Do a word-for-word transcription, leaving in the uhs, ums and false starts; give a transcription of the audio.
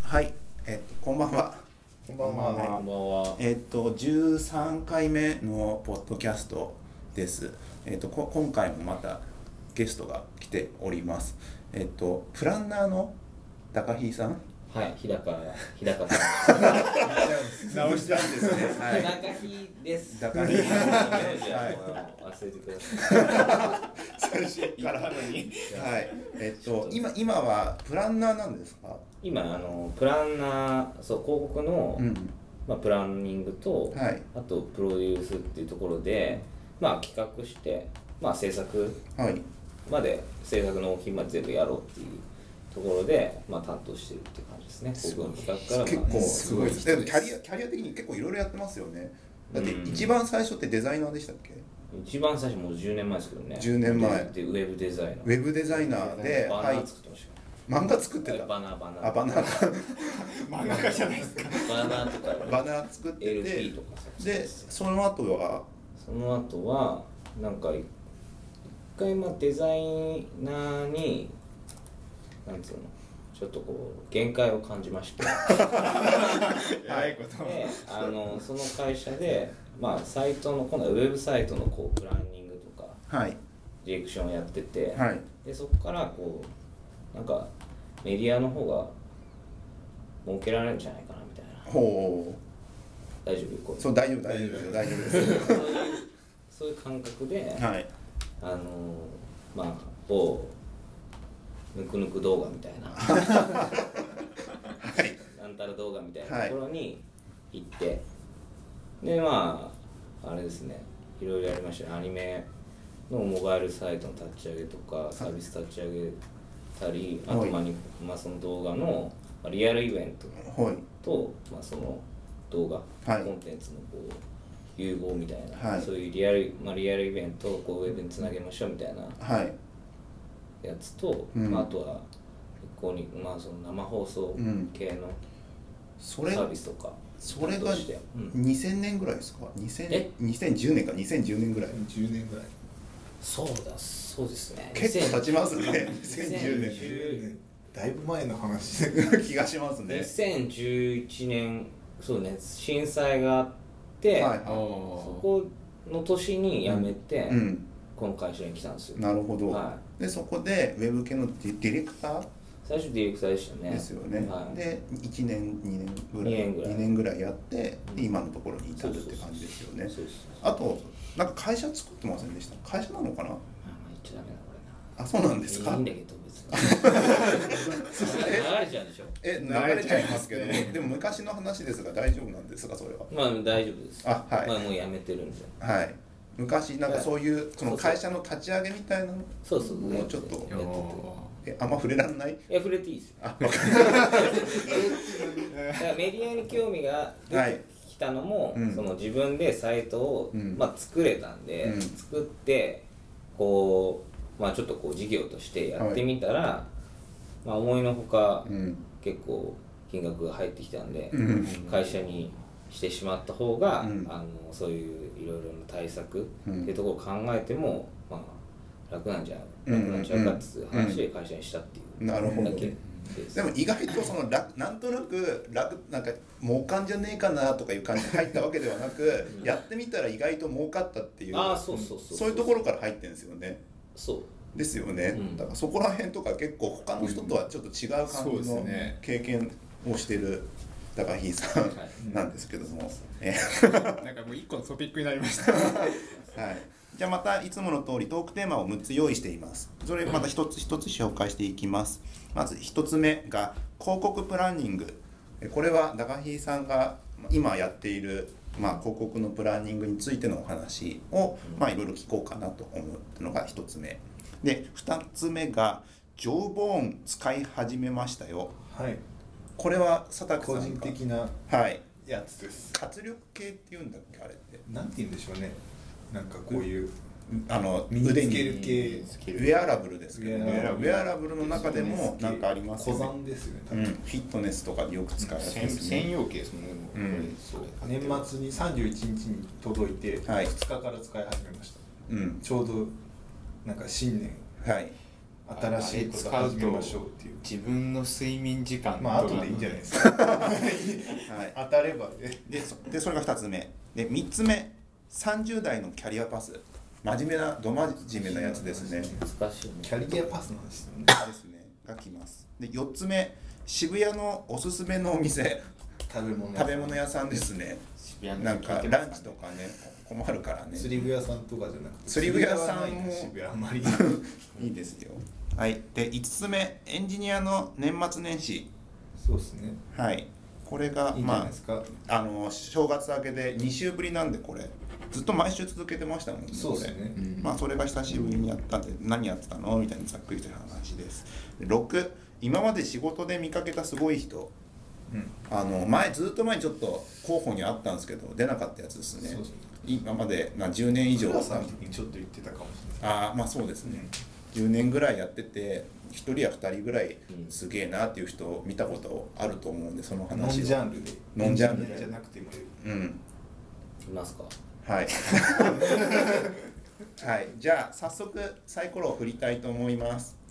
はい、えっと、こんばんは。 こんばんは。 こんばんは。 えっと、じゅうさんかいめのポッドキャストです。えっと、こ今回もまたゲストが来ております。えっと、プランナーの高飛さん。 はい、日高、日高さん。 直したんですね。 はい。 高飛です。 高飛さん。 はい、忘れてください。 最初からはい。えっと、今、今はプランナーなんですか？ 今、あの、プランナー、そう、広告の、 うんまあ、プランニングと、 はい、 あと、プロデュースっていうところで、まあ、企画して、まあ、制作まで、制作納品まで全部やろうっていうところで、まあ、担当してるっていう感じですね。広告の企画から、 結構すごいです。でもキャリア、 アキャリア的に結構いろいろやってますよね。だって一番最初ってデザイナーでしたっけ？ 一番最初もうじゅうねんまえですけどね。 じゅうねんまえでウェブデザイナー。 ウェブデザイナーで、 バナー作ってました。 漫画作ってた。 バナーバナー。 あ、バナー。 漫画家じゃないですか。 バナーとか。 バナー作ってて。 エルピー とかさ。 で、その後は。 その後はなんか一回まあデザイナーになんつうのちょっとこう限界を感じまして。 はい。こと。 で、あのその会社でまあサイトの今度はウェブサイトのこうプランニングとか。 はい。 ディレクションをやってて。 はい。 でそこからこうなんかメディアの方が儲けられるんじゃないかなみたいな。 ほう。 大丈夫？こうそう大丈夫大丈夫です大丈夫です。 そういうそういう感覚で、 はい。 あのまあ某ぬくぬく動画みたいな、 はい。 なんたら動画みたいなところに行って、はい、でまああれですね、いろいろやりましたね。アニメのモバイルサイトの立ち上げとかサービス立ち上げたり、あとまあ、まあ、その動画のリアルイベントと、まあ、その動画、はい、コンテンツのこう融合みたいな、はい、そういうリアル、まあ、リアルイベントをこうウェブにつなげましょうみたいなやつと、 うんまあ、あとは一向に、まあ、その生放送系のサービスとか、 それがにせんねんぐらいですか？にせんじゅうねんかにせんじゅうねんぐらい。 じゅうねんぐらい。 そうだそうですね。 結構経ちますね。にせんじゅうねん。 だいぶ前の話気がしますね。 にせんじゅういちねん、そうね、震災があって、はい、そこの年に辞めて、うん、この会社に来たんですよ。 なるほど。はい、でそこでウェブ系のディレクター。 最初ディレクターでしたね。 ですよね。はい、でいちねんにねんぐらいにねんぐらいにねんぐらいやって、うん、今のところに至るって感じですよね。あとなんか会社作ってませんでした？会社なのかな？あ、 まあ言っちゃダメだこれな。 あ、そうなんですか？ いいんだけど別に。流れちゃうでしょ。 え、流れちゃいますけど、ね、でも昔の話ですが大丈夫なんですかそれは？ まあ大丈夫です。 あ、はい。 まあもう辞めてるんで。 はい。昔なんかそういうその会社の立ち上げみたいなの。 そうそう。 もうちょっと。え、あんま触れられない？ いや触れていいですよ。あ、分かりました。だからメディアに興味が出てきたのも、はい、その自分でサイトを、うん、まあ作れたんで、うん、作ってこうまあちょっとこう事業としてやってみたら、はい、まあ思いのほか、うん、結構金額が入ってきたんで、うん、会社にしてしまった方が、うん、あのそういういろいろな対策っていうところを考えても、まあ楽なんじゃない楽なんちゃうかっていう話で会社にしたっていうだけです。でも意外とその楽なんとなく楽なんか儲かんじゃねえかなとかいう感じで入ったわけではなくやってみたら意外と儲かったっていうあそうそうそうそういうところから入ってるんですよね。 そうですよね、うん、だからそこら辺とか結構他の人とはちょっと違う感じの経験をしてる高飛さんなんですけども、 なんかもう一個のトピックになりました。 はい。じゃあまたいつもの通りトークテーマをむっつ用意しています。それまた一つ一つ紹介していきます。まず一つ目が広告プランニング。これは高飛さんが今やっている、まあ、広告のプランニングについてのお話を、まあ、いろいろ聞こうかなと思うのが一つ目。で二つ目がジョーボーン使い始めましたよ。 はい。 これは佐竹さん個人的なやつです。 活力系っていうんだっけあれって。 なんて言うんでしょうね。なんかこういう、 あの身につける系ウェアラブルですけどね。ウェアラブルの中でもなんかありますよね。 小山ですよね。 うん、フィットネスとかでよく使われてますね。 専用系ですもんね。 うん、 年末にさんじゅういちにちに届いて、はい、ふつかから使い始めました。うん、ちょうどなんか新年。 はい。 新しいこと始めましょうっていう。 自分の睡眠時間まあ後でいいんじゃないですか。はい、当たればね。 でそでそれがふたつめでみっつめ、さんじゅう代のキャリアパス、真面目など真面目なやつですね。 難しいね。 キャリアパスなんですよね。 ですねがきます。でよっつめ、渋谷のおすすめのお店、 食べ物食べ物屋さんですね。なんかランチとかね困るからね。 釣り具屋さんとかじゃなくて、 釣り具屋さんも渋谷あんまりいいですよ。はい。でいつつめ、エンジニアの年末年始。 そうですね。 はい。これがいいんじゃないですか。 まああの正月明けでに週ぶりなんで、これずっと毎週続けてましたもんね。 そうですね。 うん、まあそれが久しぶりにやったんで、何やってたのみたいなざっくりした話です。ろく、今まで仕事で見かけたすごい人。うん、あの前ずっと前にちょっと候補にあったんですけど出なかったやつですね。そうそう、今まで、まあ、じゅうねん以上はさんにちょっと言ってたかもしれない。 ああまあそうですね、じゅうねんぐらいやっててひとりやふたりぐらいすげえなっていう人を見たことあると思うんで、その話をノンジャンルでノンジャンルでじゃなくてもうんいますか。 はいはい、じゃあ早速サイコロを振りたいと思います。